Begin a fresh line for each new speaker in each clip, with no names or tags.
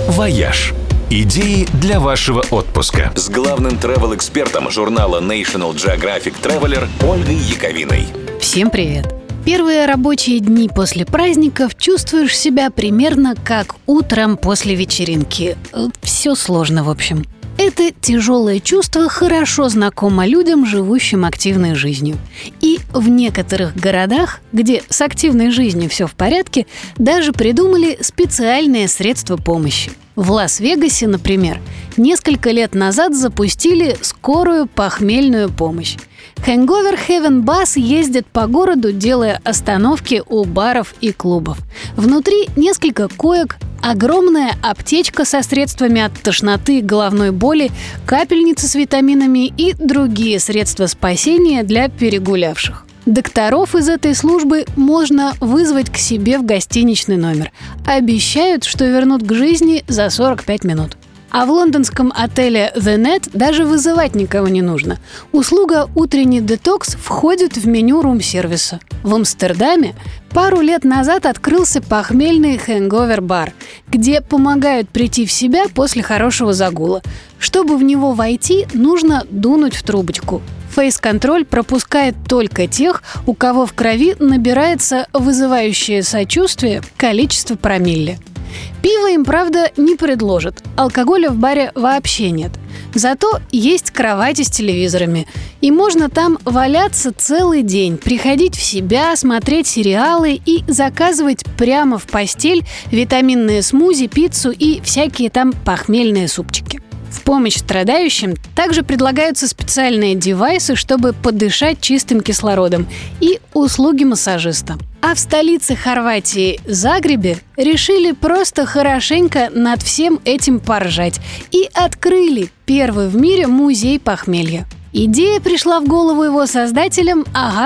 «Вояж». Идеи для вашего отпуска. С главным travel-экспертом журнала National Geographic Traveler Ольгой Яковиной.
Всем привет! Первые рабочие дни после праздников чувствуешь себя примерно как утром после вечеринки. Все сложно, в общем. Это тяжелое чувство хорошо знакомо людям, живущим активной жизнью. И в некоторых городах, где с активной жизнью все в порядке, даже придумали специальные средства помощи. В Лас-Вегасе, например, несколько лет назад запустили скорую похмельную помощь. Hangover Heaven Bus ездит по городу, делая остановки у баров и клубов. Внутри несколько коек, огромная аптечка со средствами от тошноты и головной боли, капельницы с витаминами и другие средства спасения для перегулявших. Докторов из этой службы можно вызвать к себе в гостиничный номер. Обещают, что вернут к жизни за 45 минут. А в лондонском отеле The Net даже вызывать никого не нужно. Услуга «Утренний детокс» входит в меню рум-сервиса. В Амстердаме пару лет назад открылся похмельный hangover-бар, где помогают прийти в себя после хорошего загула. Чтобы в него войти, нужно дунуть в трубочку. Фейс-контроль пропускает только тех, у кого в крови набирается вызывающее сочувствие количество промилле. Пиво им, правда, не предложат. Алкоголя в баре вообще нет. Зато есть кровати с телевизорами. И можно там валяться целый день, приходить в себя, смотреть сериалы и заказывать прямо в постель витаминные смузи, пиццу и всякие там похмельные супчики. В помощь страдающим также предлагаются специальные девайсы, чтобы подышать чистым кислородом, и услуги массажиста. А в столице Хорватии, Загребе, решили просто хорошенько над всем этим поржать и открыли первый в мире музей похмелья. Идея пришла в голову его создателям,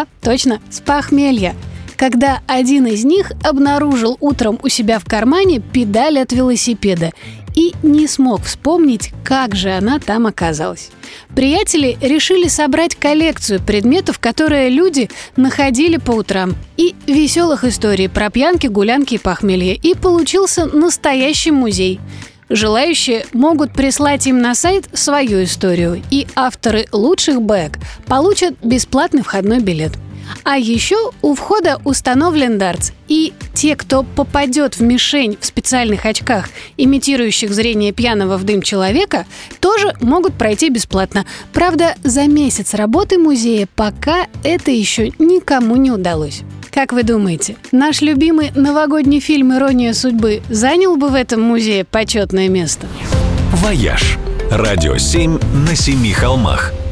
с похмелья, когда один из них обнаружил утром у себя в кармане педаль от велосипеда и не смог вспомнить, как же она там оказалась. Приятели решили собрать коллекцию предметов, которые люди находили по утрам, и веселых историй про пьянки, гулянки и похмелье. И получился настоящий музей. Желающие могут прислать им на сайт свою историю, и авторы лучших бэк получат бесплатный входной билет. А еще у входа установлен дартс, и те, кто попадет в мишень в специальных очках, имитирующих зрение пьяного в дым человека, тоже могут пройти бесплатно. Правда, за месяц работы музея пока это еще никому не удалось. Как вы думаете, наш любимый новогодний фильм «Ирония судьбы» занял бы в этом музее почетное место?
«Вояж». Радио 7 на 7 холмах.